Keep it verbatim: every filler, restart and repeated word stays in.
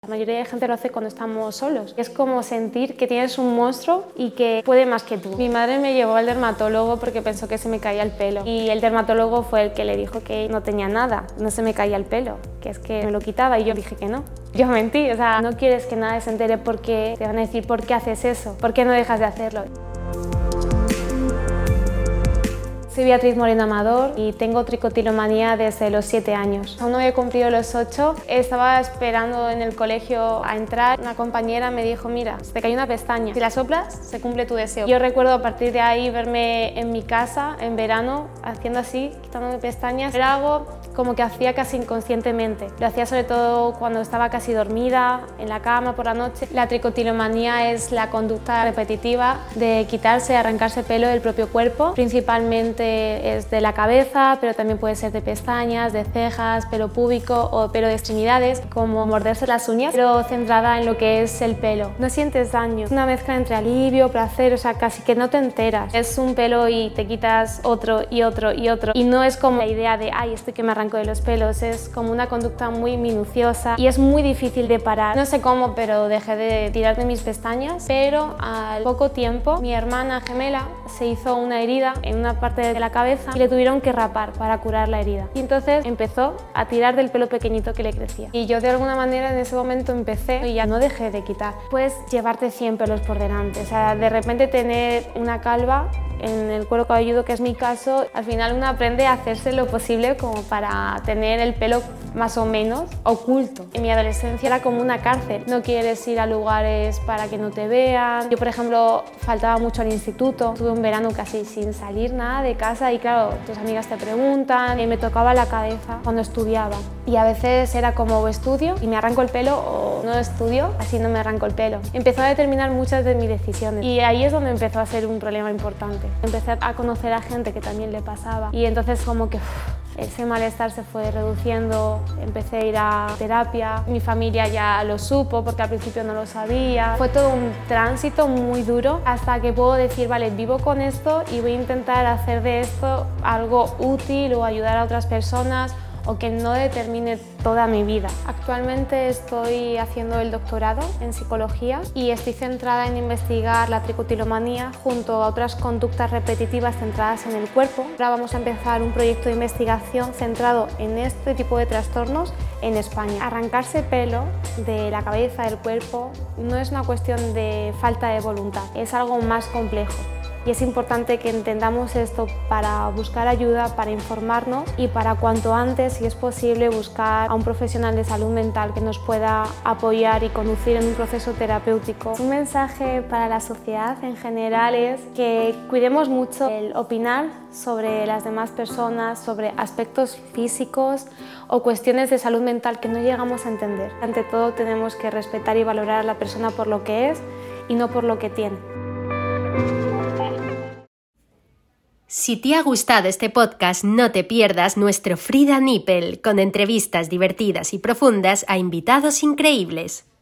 La mayoría de gente lo hace cuando estamos solos. Es como sentir que tienes un monstruo y que puede más que tú. Mi madre me llevó al dermatólogo porque pensó que se me caía el pelo y el dermatólogo fue el que le dijo que no tenía nada, no se me caía el pelo, que es que me lo quitaba y yo dije que no. Yo mentí, o sea, no quieres que nadie se entere porque te van a decir ¿por qué haces eso? ¿Por qué no dejas de hacerlo? Soy Beatriz Moreno Amador y tengo tricotilomanía desde los siete años. Aún no había cumplido los ocho, estaba esperando en el colegio a entrar. Una compañera me dijo, mira, se te cae una pestaña, si la soplas se cumple tu deseo. Yo recuerdo a partir de ahí verme en mi casa en verano haciendo así, quitándome pestañas. Era algo como que hacía casi inconscientemente. Lo hacía sobre todo cuando estaba casi dormida, en la cama por la noche. La tricotilomanía es la conducta repetitiva de quitarse, arrancarse pelo del propio cuerpo, principalmente es de la cabeza, pero también puede ser de pestañas, de cejas, pelo púbico o pelo de extremidades, como morderse las uñas, pero centrada en lo que es el pelo. No sientes daño, es una mezcla entre alivio, placer, o sea, casi que no te enteras. Es un pelo y te quitas otro y otro y otro. Y no es como la idea de, ay, estoy que me arranco de los pelos, es como una conducta muy minuciosa y es muy difícil de parar. No sé cómo, pero dejé de tirar de mis pestañas, pero al poco tiempo mi hermana gemela se hizo una herida en una parte de la cabeza y le tuvieron que rapar para curar la herida. Y entonces empezó a tirar del pelo pequeñito que le crecía. Y yo de alguna manera en ese momento empecé y ya no dejé de quitar. Puedes llevarte cien pelos por delante, o sea, de repente tener una calva en el cuero cabelludo, que es mi caso, al final uno aprende a hacerse lo posible como para tener el pelo más o menos oculto. En mi adolescencia era como una cárcel, no quieres ir a lugares para que no te vean. Yo, por ejemplo, faltaba mucho al instituto, tuve un verano casi sin salir nada de casa y claro, tus amigas te preguntan y me tocaba la cabeza cuando estudiaba. Y a veces era como o estudio y me arranco el pelo o no estudio, así no me arranco el pelo. Empezó a determinar muchas de mis decisiones y ahí es donde empezó a ser un problema importante. Empecé a conocer a gente que también le pasaba y entonces como que uff, ese malestar se fue reduciendo, empecé a ir a terapia, mi familia ya lo supo porque al principio no lo sabía. Fue todo un tránsito muy duro hasta que puedo decir, vale, vivo con esto y voy a intentar hacer de esto algo útil o ayudar a otras personas o que no determine toda mi vida. Actualmente estoy haciendo el doctorado en psicología y estoy centrada en investigar la tricotilomanía junto a otras conductas repetitivas centradas en el cuerpo. Ahora vamos a empezar un proyecto de investigación centrado en este tipo de trastornos en España. Arrancarse pelo de la cabeza, del cuerpo, no es una cuestión de falta de voluntad, es algo más complejo. Y es importante que entendamos esto para buscar ayuda, para informarnos y para cuanto antes, si es posible, buscar a un profesional de salud mental que nos pueda apoyar y conducir en un proceso terapéutico. Un mensaje para la sociedad en general es que cuidemos mucho el opinar sobre las demás personas, sobre aspectos físicos o cuestiones de salud mental que no llegamos a entender. Ante todo, tenemos que respetar y valorar a la persona por lo que es y no por lo que tiene. Si te ha gustado este podcast, no te pierdas nuestro Frida Nippel, con entrevistas divertidas y profundas a invitados increíbles.